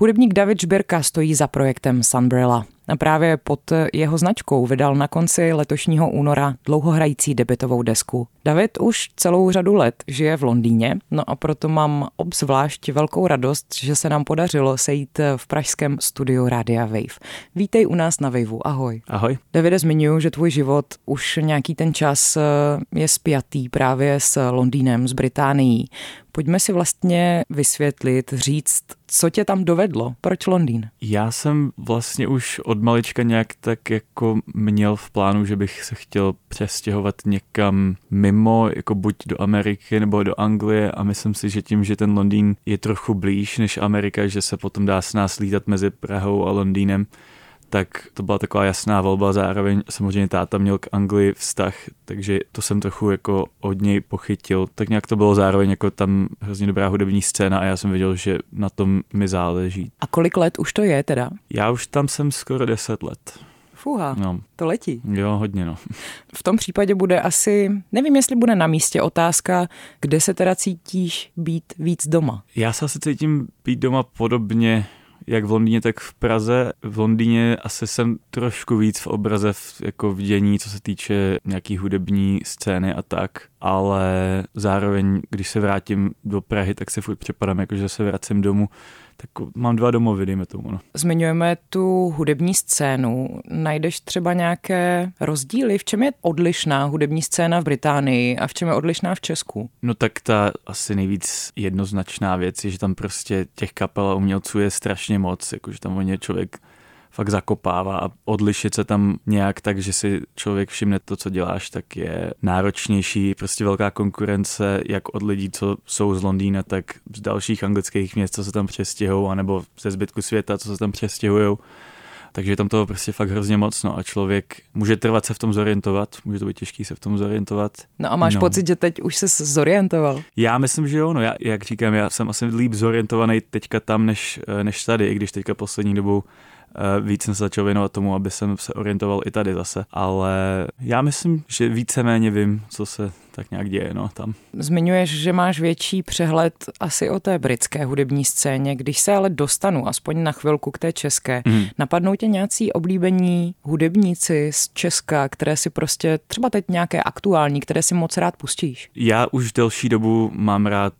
Hudebník David Žbirka stojí za projektem Sunbrella. A právě pod jeho značkou vydal na konci letošního února dlouhohrající debutovou desku. David už celou řadu let žije v Londýně, no a proto mám obzvlášť velkou radost, že se nám podařilo sejít v pražském studiu Rádia Wave. Vítej u nás na Waveu, ahoj. Ahoj. Davide, zmiňuji, že tvůj život už nějaký ten čas je spjatý právě s Londýnem, s Británií. Pojďme si vlastně vysvětlit, říct, co tě tam dovedlo, proč Londýn? Já jsem vlastně už od malička nějak tak jako měl v plánu, že bych se chtěl přestěhovat někam mimo, jako buď do Ameriky nebo do Anglie, a myslím si, že tím, že ten Londýn je trochu blíž než Amerika, že se potom dá s nás lítat mezi Prahou a Londýnem, tak to byla taková jasná volba. Zároveň samozřejmě táta měl k Anglii vztah, takže to jsem trochu jako od něj pochytil. Tak nějak to bylo zároveň jako tam hrozně dobrá hudební scéna a já jsem věděl, že na tom mi záleží. A kolik let už to je teda? Já už tam jsem skoro 10 let. Fuha, no. To letí. Jo, hodně no. V tom případě bude asi, nevím, jestli bude na místě otázka, kde se teda cítíš být víc doma? Já se asi cítím být doma podobně jak v Londýně, tak v Praze. V Londýně asi jsem trošku víc v obraze, jako v dění, co se týče nějaký hudební scény a tak, ale zároveň, když se vrátím do Prahy, tak se furt připadám, jakože se vracím domů. Tak mám 2 domovy, dejme tomu. No. Zmiňujeme tu hudební scénu. Najdeš třeba nějaké rozdíly? V čem je odlišná hudební scéna v Británii a v čem je odlišná v Česku? No tak ta asi nejvíc jednoznačná věc je, že tam prostě těch kapel a umělců je strašně moc, jakože tam oni člověk fakt zakopává a odlišit se tam nějak tak, že si člověk všimne to, co děláš, tak je náročnější, prostě velká konkurence jak od lidí, co jsou z Londýna, tak z dalších anglických měst, co se tam přestěhujou, anebo ze zbytku světa, co se tam přestěhujou. Takže je tam toho prostě fakt hrozně moc, no a člověk může trvat se v tom zorientovat, může to být těžký se v tom zorientovat. No a máš pocit, že teď už se zorientoval? Já myslím, že jo, no jak říkám, já jsem asi líp zorientovaný teďka tam, než tady, i když teďka poslední dobou víc jsem se začal věnovat tomu, aby jsem se orientoval i tady zase, ale já myslím, že víceméně vím, co se tak nějak děje, no, tam. Zmiňuješ, že máš větší přehled asi o té britské hudební scéně, když se ale dostanu aspoň na chvilku k té české, napadnou tě nějací oblíbení hudebníci z Česka, které si prostě třeba teď nějaké aktuální, které si moc rád pustíš? Já už delší dobu mám rád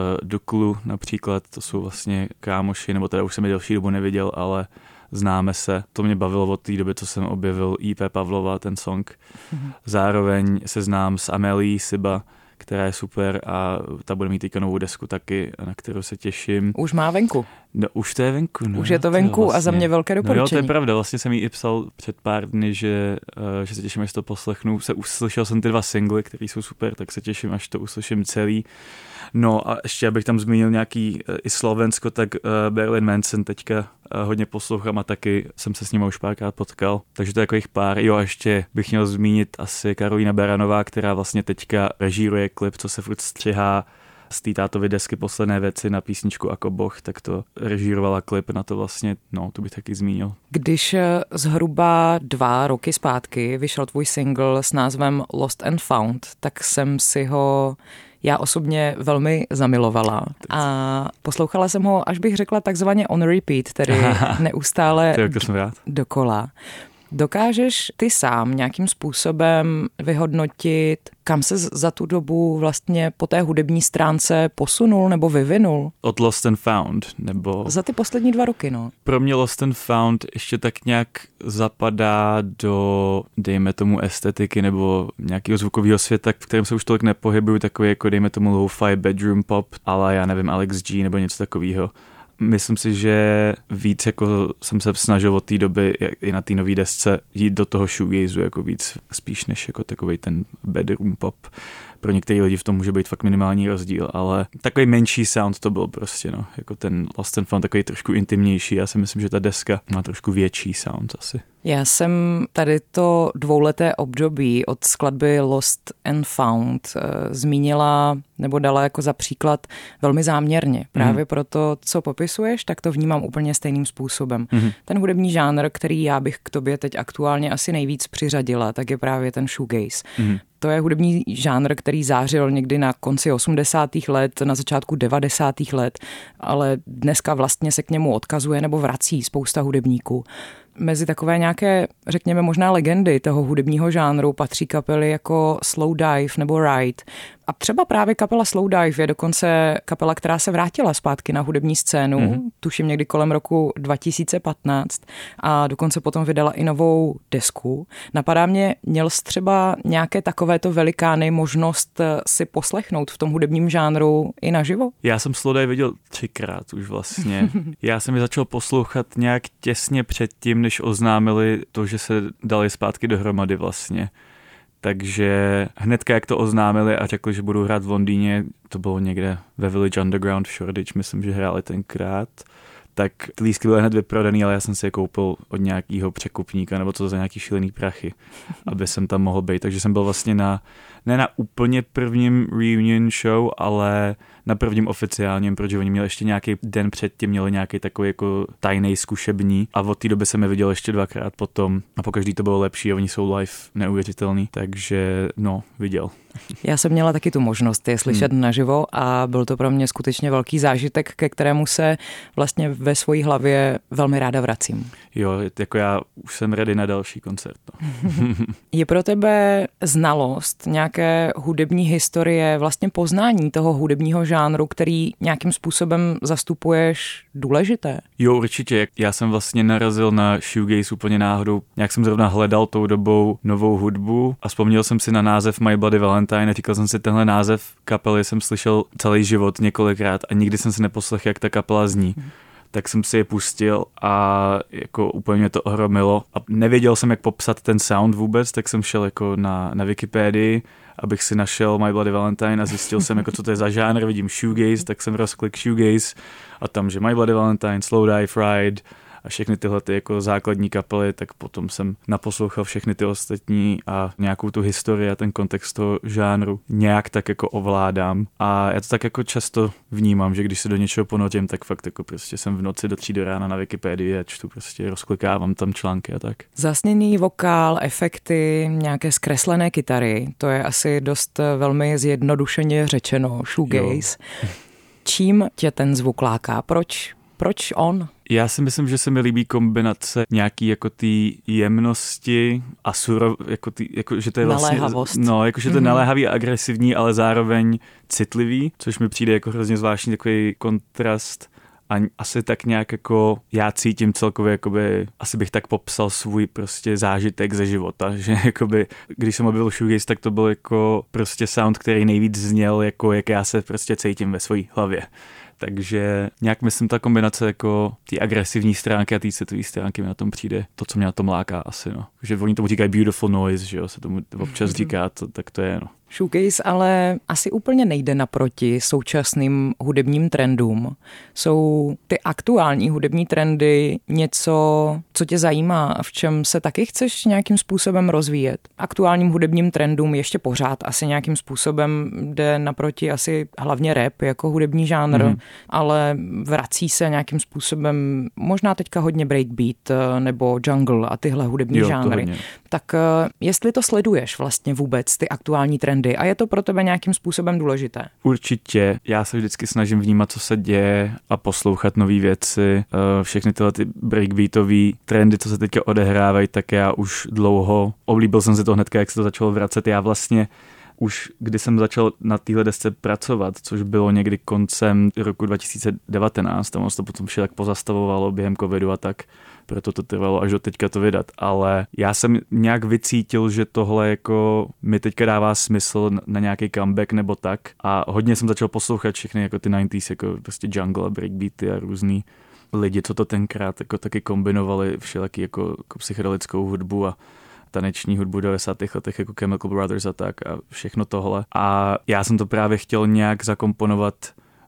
Duklu například, to jsou vlastně kámoši, nebo teda už jsem je delší dobu neviděl, ale známe se. To mě bavilo od té doby, co jsem objevil IP Pavlova, ten song. Zároveň se znám s Amélií Siba, která je super a ta bude mít teďka novou desku taky, na kterou se těším. Už má venku. No, už to je venku. No, už je to venku vlastně. A za mě velké doporučení. No jo, to je pravda. Vlastně jsem jí i psal před pár dny, že se těším, až to poslechnu. Uslyšel jsem ty 2 singly, které jsou super, tak se těším, až to uslyším celý. No a ještě abych tam zmínil nějaký i Slovensko, tak Marilyn Manson teďka hodně poslouchám a taky jsem se s ním už párkrát potkal. Takže to je jako jich pár. Jo, a ještě bych měl zmínit asi Karolína Baranová, která vlastně teďka režíruje klip, co se furt střihá z té tátovy desky Posledné věci na písničku Ako Boh, tak to režírovala klip na to vlastně, no, to bych taky zmínil. Když zhruba 2 roky zpátky vyšel tvůj single s názvem Lost and Found, tak jsem si ho já osobně velmi zamilovala a poslouchala jsem ho, až bych řekla takzvaně on repeat, tedy neustále dokola. Dokážeš ty sám nějakým způsobem vyhodnotit, kam se za tu dobu vlastně po té hudební stránce posunul nebo vyvinul? Od Lost and Found, nebo... Za ty poslední 2 roky, no. Pro mě Lost and Found ještě tak nějak zapadá do, dejme tomu, estetiky nebo nějakého zvukového světa, v kterém se už tolik nepohybuju, takový jako, dejme tomu, lo-fi bedroom pop, ale já nevím, Alex G nebo něco takového. Myslím si, že víc jako jsem se snažil od té doby i na té nové desce jít do toho shoegazu jako víc spíš než jako takovej ten bedroom pop. Pro některé lidi v tom může být fakt minimální rozdíl, ale takový menší sound to byl prostě, no, jako ten Lost and Found takový trošku intimnější. Já si myslím, že ta deska má trošku větší sound asi. Já jsem tady to dvouleté období od skladby Lost and Found zmínila nebo dala jako za příklad velmi záměrně. Právě proto, co popisuješ, tak to vnímám úplně stejným způsobem. Ten hudební žánr, který já bych k tobě teď aktuálně asi nejvíc přiřadila, tak je právě ten shoegaze. To je hudební žánr, který zářil někdy na konci 80. let, na začátku 90. let, ale dneska vlastně se k němu odkazuje nebo vrací spousta hudebníků. Mezi takové nějaké, řekněme, možná legendy toho hudebního žánru patří kapely jako Slow Dive nebo Ride. A třeba právě kapela Slow Dive je dokonce kapela, která se vrátila zpátky na hudební scénu, tuším někdy kolem roku 2015 a dokonce potom vydala i novou desku. Napadá mě, měl jsi třeba nějaké takovéto velikány možnost si poslechnout v tom hudebním žánru i naživo? Já jsem Slow Dive viděl 3krát už vlastně. Já jsem je začal poslouchat nějak těsně předtím, než oznámili to, že se dali zpátky dohromady vlastně. Takže hnedka, jak to oznámili a řekli, že budou hrát v Londýně, to bylo někde ve Village Underground v Shoreditch, myslím, že hráli tenkrát, tak ty lístky byly hned vyprodaný, ale já jsem si je koupil od nějakého překupníka nebo co za nějaký šílený prachy, aby jsem tam mohl být. Takže jsem byl vlastně ne na úplně prvním reunion show, ale na prvním oficiálním, protože oni měli ještě nějaký den předtím, měli nějaký takový jako tajnej zkušební a od té doby jsem je viděl ještě 2krát potom a pokaždý to bylo lepší a oni jsou live neuvěřitelný, takže viděl. Já jsem měla taky tu možnost je slyšet naživo a byl to pro mě skutečně velký zážitek, ke kterému se vlastně ve své hlavě velmi ráda vracím. Jo, jako já už jsem ready na další koncert. Je pro tebe znalost nějaké hudební historie, vlastně poznání toho hudebního žánru, který nějakým způsobem zastupuješ, důležité? Jo, určitě. Já jsem vlastně narazil na shoegaze úplně náhodou. Nějak jsem zrovna hledal tou dobou novou hudbu a vzpomněl jsem si na název My Bloody Valentine a říkal jsem si, tenhle název kapely jsem slyšel celý život několikrát a nikdy jsem si neposlechl, jak ta kapela zní. Tak jsem si je pustil a jako úplně mě to ohromilo a nevěděl jsem, jak popsat ten sound vůbec, tak jsem šel jako na Wikipedii, abych si našel My Bloody Valentine a zjistil jsem, jako co to je za žánr, vidím shoegaze, tak jsem rozklik shoegaze a tam, že My Bloody Valentine, Slow Dive, Ride a všechny tyhle ty jako základní kapely, tak potom jsem naposlouchal všechny ty ostatní a nějakou tu historii a ten kontext toho žánru nějak tak jako ovládám. A já to tak jako často vnímám, že když se do něčeho ponorím, tak fakt jako prostě jsem v noci do 3 do rána na Wikipedii a čtu prostě, rozklikávám tam články a tak. Zasněný vokál, efekty, nějaké zkreslené kytary, to je asi dost velmi zjednodušeně řečeno shoegaze. Čím tě ten zvuk láká? Proč on? Já si myslím, že se mi líbí kombinace nějaký jako té jemnosti a že to je vlastně naléhavost. Jakože to je naléhavý a agresivní, ale zároveň citlivý, což mi přijde jako hrozně zvláštní takový kontrast. A asi tak nějak jako já cítím celkově, jakoby, asi bych tak popsal svůj prostě zážitek ze života, že jakoby, když jsem objevil shoegaze, tak to byl jako prostě sound, který nejvíc zněl, jako jak já se prostě cítím ve své hlavě. Takže nějak myslím ta kombinace jako ty agresivní stránky a ty citové stránky mi na tom přijde to, co mě na tom láká asi, Že oni tomu říkají beautiful noise, že jo, se tomu občas říká, tak to je, Shoegaze ale asi úplně nejde naproti současným hudebním trendům. Jsou ty aktuální hudební trendy něco, co tě zajímá a v čem se taky chceš nějakým způsobem rozvíjet? Aktuálním hudebním trendům ještě pořád asi nějakým způsobem jde naproti asi hlavně rap jako hudební žánr, ale vrací se nějakým způsobem možná teďka hodně breakbeat nebo jungle a tyhle hudební žánry. Tak jestli to sleduješ vlastně vůbec, ty aktuální trendy, a je to pro tebe nějakým způsobem důležité? Určitě. Já se vždycky snažím vnímat, co se děje a poslouchat nové věci. Všechny tyhle ty breakbeatové trendy, co se teďka odehrávají, tak já už dlouho oblíbil jsem si to hnedka, jak se to začalo vracet. Já vlastně už když jsem začal na téhle desce pracovat, což bylo někdy koncem roku 2019, tam se to potom vše tak pozastavovalo během covidu a tak, proto to trvalo až do teďka to vydat, ale já jsem nějak vycítil, že tohle jako mi teďka dává smysl na nějaký comeback nebo tak a hodně jsem začal poslouchat všechny jako ty 90s, jako prostě jungle, breakbeaty a různý lidi, co to tenkrát jako taky kombinovali všelijaký jako psychedelickou hudbu a taneční hudbu 90. letech jako Chemical Brothers a tak a všechno tohle. A já jsem to právě chtěl nějak zakomponovat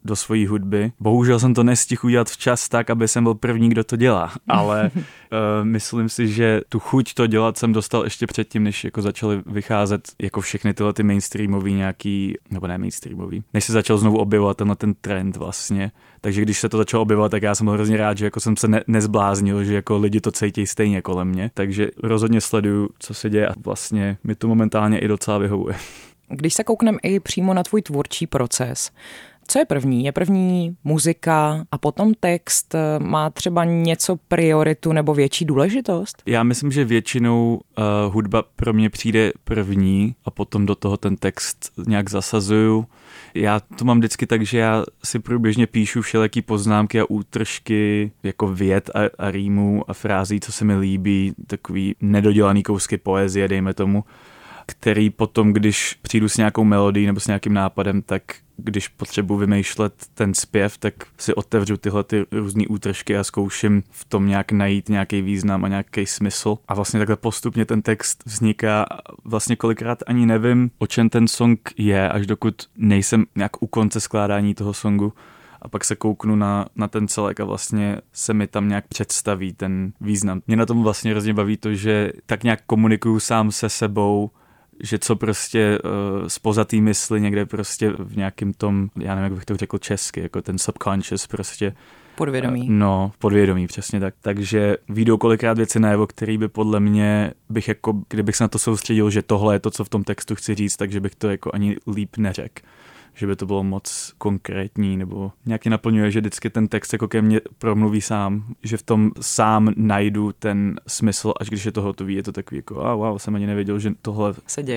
do svojí hudby. Bohužel jsem to nestihl udělat včas tak, aby jsem byl první, kdo to dělá, ale myslím si, že tu chuť to dělat jsem dostal ještě předtím, než jako začaly vycházet jako všechny tyhle ty mainstreamový nějaký, nebo ne mainstreamový, než se začal znovu objevovat ten trend vlastně. Takže když se to začalo objevovat, tak já jsem byl hrozně rád, že jako jsem se nezbláznil, že jako lidi to cítí stejně kolem mě. Takže rozhodně sleduju, co se děje a vlastně mi to momentálně i docela vyhovuje. Když se koukneme i přímo na tvůj tvůrčí proces, co je první? Je první muzika a potom text? Má třeba něco prioritu nebo větší důležitost? Já myslím, že většinou hudba pro mě přijde první a potom do toho ten text nějak zasazuju. Já to mám vždycky tak, že já si průběžně píšu všelijaký poznámky a útržky jako vět a rýmů a frází, co se mi líbí, takový nedodělaný kousky poezie, dejme tomu, který potom, když přijdu s nějakou melodií nebo s nějakým nápadem, tak když potřebuji vymýšlet ten zpěv, tak si otevřu tyhle ty různý útržky a zkouším v tom nějak najít nějaký význam a nějaký smysl. A vlastně takhle postupně ten text vzniká. Vlastně kolikrát ani nevím, o čem ten song je, až dokud nejsem nějak u konce skládání toho songu. A pak se kouknu na ten celek a vlastně se mi tam nějak představí ten význam. Mě na tom vlastně hrozně baví to, že tak nějak komunikuju sám se sebou, že co prostě spoza té mysli někde prostě v nějakém tom, já nevím, jak bych to řekl česky, jako ten subconscious prostě. Podvědomí. No, podvědomí, přesně tak. Takže vyjdou kolikrát věci najevo, který by podle mě bych jako, kdybych se na to soustředil, že tohle je to, co v tom textu chci říct, takže bych to jako ani líp neřekl. Že by to bylo moc konkrétní, nebo nějaký naplňuje, že vždycky ten text jako ke mně promluví sám, že v tom sám najdu ten smysl, až když je to hotový, je to takový jako wow, jsem ani nevěděl, že tohle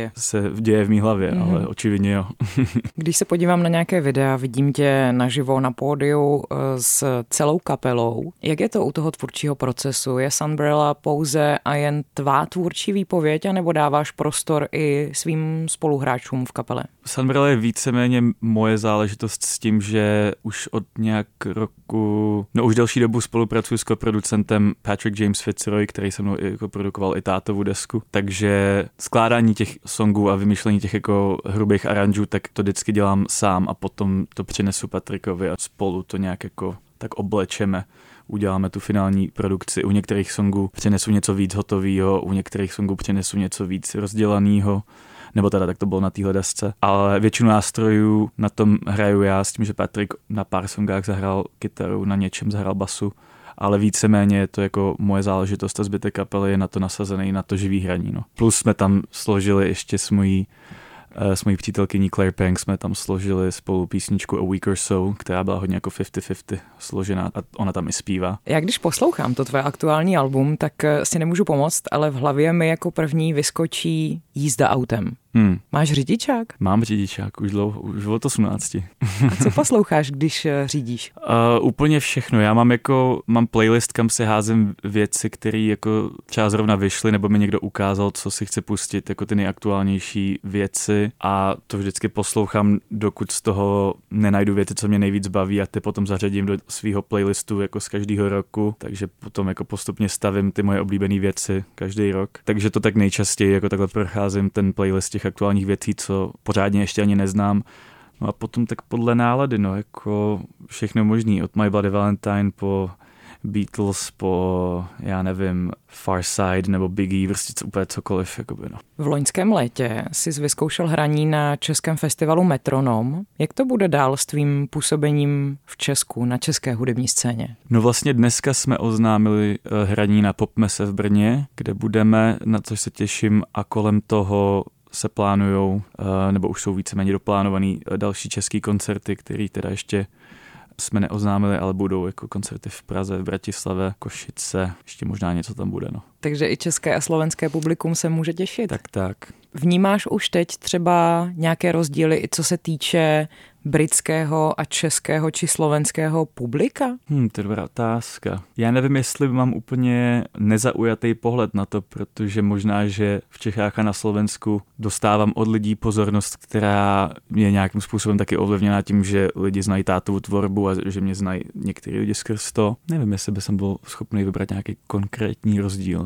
se děje v mý hlavě, ale očividně jo. Když se podívám na nějaké videa, vidím tě naživo na pódiu s celou kapelou. Jak je to u toho tvůrčího procesu? Je Sunbrella pouze a jen tvá tvůrčí výpověď, anebo dáváš prostor i svým spoluhráčům v kapele? Sunbrella je víceméně moje záležitost s tím, že už od nějak roku, už delší dobu spolupracuji s koproducentem Patrick James Fitzroy, který se mnou jako produkoval i tátovu desku, takže skládání těch songů a vymýšlení těch jako hrubých aranžů, tak to vždycky dělám sám a potom to přinesu Patrickovi a spolu to nějak jako tak oblečeme. Uděláme tu finální produkci. U některých songů přinesu něco víc hotovýho, u některých songů přinesu něco víc rozdělanýho, nebo teda tak to bylo na téhle desce. Ale většinu nástrojů na tom hraju já s tím, že Patrick na pár songách zahrál kytaru, na něčem zahrál basu, ale víceméně je to jako moje záležitost a zbytek kapely je na to nasazený, na to živý hraní. No. Plus jsme tam složili ještě s mojí přítelkyní Claire Pang jsme tam složili spolu písničku A Week or So, která byla hodně jako 50-50 složená a ona tam i zpívá. Já když poslouchám to tvé aktuální album, tak si nemůžu pomoct, ale v hlavě mi jako první vyskočí jízda autem. Máš řidičák? Mám řidičák, už dlouho, už od 18. A co posloucháš, když řídíš? Úplně všechno. Já mám playlist, kam si házím věci, které jako třeba zrovna vyšly, nebo mi někdo ukázal, co si chce pustit, jako ty nejaktuálnější věci a to vždycky poslouchám, dokud z toho nenajdu věci, co mě nejvíc baví a ty potom zařadím do svého playlistu jako z každého roku, takže potom jako postupně stavím ty moje oblíbené věci každý rok. Takže to tak nejčastěji jako takhle procházím ten playlist těch aktuálních věcí, co pořádně ještě ani neznám. No a potom tak podle nálady, jako všechno možný, od My Bloody Valentine po Beatles, po, já nevím, Far Side nebo Biggie, prostě úplně cokoliv. Jakoby, no. V loňském létě jsi vyzkoušel hraní na českém festivalu Metronom. Jak to bude dál s tvým působením v Česku, na české hudební scéně? No vlastně dneska jsme oznámili hraní na Popmese v Brně, kde budeme, na což se těším, a kolem toho se plánujou, nebo už jsou víceméně doplánovaný další český koncerty, který teda ještě jsme neoznámili, ale budou jako koncerty v Praze, v Bratislavě, Košice, ještě možná něco tam bude. No. Takže i české a slovenské publikum se může těšit. Tak. Vnímáš už teď třeba nějaké rozdíly, i co se týče britského a českého či slovenského publika? To je dobrá otázka. Já nevím, jestli mám úplně nezaujatý pohled na to, protože možná, že v Čechách a na Slovensku dostávám od lidí pozornost, která je nějakým způsobem taky ovlivněná tím, že lidi znají tátovu tvorbu a že mě znají některý lidi skrz to. Nevím, jestli by jsem byl schopný vybrat nějaký konkrétní rozdíl.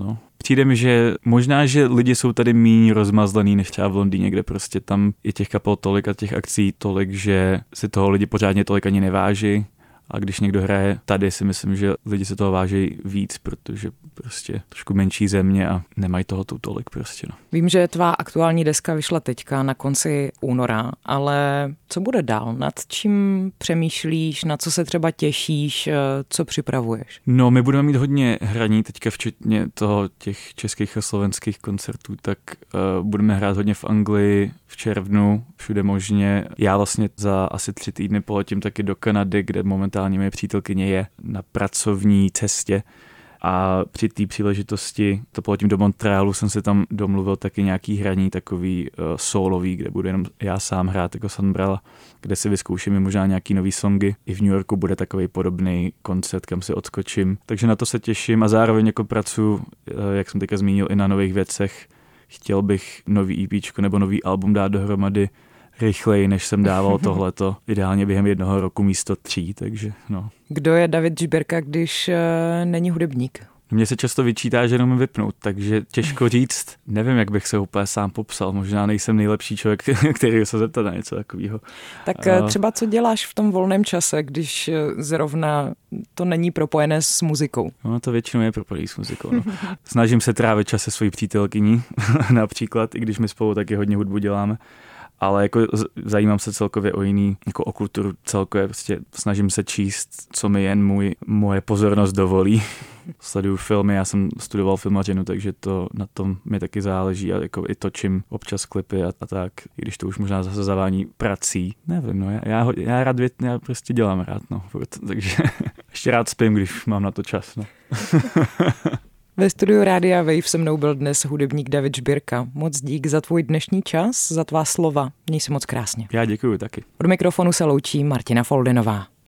no. Přijde mi, že možná, že lidi jsou tady méně rozmazlený než třeba v Londýně, kde prostě tam je těch kapel tolik a těch akcí tolik, že si toho lidi pořádně tolik ani neváží. A když někdo hraje tady, si myslím, že lidi se toho váží víc, protože prostě trošku menší země a nemají toho tu tolik prostě. No. Vím, že tvá aktuální deska vyšla teďka na konci února, ale co bude dál? Nad čím přemýšlíš, na co se třeba těšíš, co připravuješ? No, my budeme mít hodně hraní, teďka včetně toho těch českých a slovenských koncertů, tak budeme hrát hodně v Anglii v červnu, všude možně. Já vlastně za asi 3 týdny poletím taky do Kanady, kde momentálně moje přítelkyně je na pracovní cestě. A při té příležitosti, to poletím do Montrealu, jsem si tam domluvil taky nějaký hraní takový solový, kde budu jenom já sám hrát jako Sunbrella, kde si vyzkouším možná nějaký nový songy. I v New Yorku bude takový podobný koncert, kam si odskočím. Takže na to se těším a zároveň jako pracuji, jak jsem teďka zmínil, i na nových věcech. Chtěl bych nový EPčko nebo nový album dát dohromady rychleji, než jsem dával tohleto. Ideálně během 1 roku místo 3, takže no. Kdo je David Žbírka, když není hudebník? Mně se často vyčítá, že jenom vypnout, takže těžko říct. Nevím, jak bych se úplně sám popsal. Možná nejsem nejlepší člověk, který se zeptá na něco takového. Tak třeba co děláš v tom volném čase, když zrovna to není propojené s muzikou? No to většinou je propojené s muzikou. No. Snažím se trávit čas se svojí přítelkyní, například, i když my spolu taky hodně hudbu děláme. Ale jako zajímám se celkově o jiný, jako o kulturu celkově, prostě snažím se číst, co mi jen moje pozornost dovolí. Sleduju filmy, já jsem studoval filmařinu, takže to na tom mi taky záleží a jako i točím občas klipy a tak, i když to už možná zase zavání prací. Nevím, no, já prostě dělám rád, no, takže ještě rád spím, když mám na to čas, no. Ve studiu Rádia Wave se mnou byl dnes hudebník David Žbírka. Moc dík za tvůj dnešní čas, za tvá slova. Měj se moc krásně. Já děkuju taky. Od mikrofonu se loučí Martina Foldinová.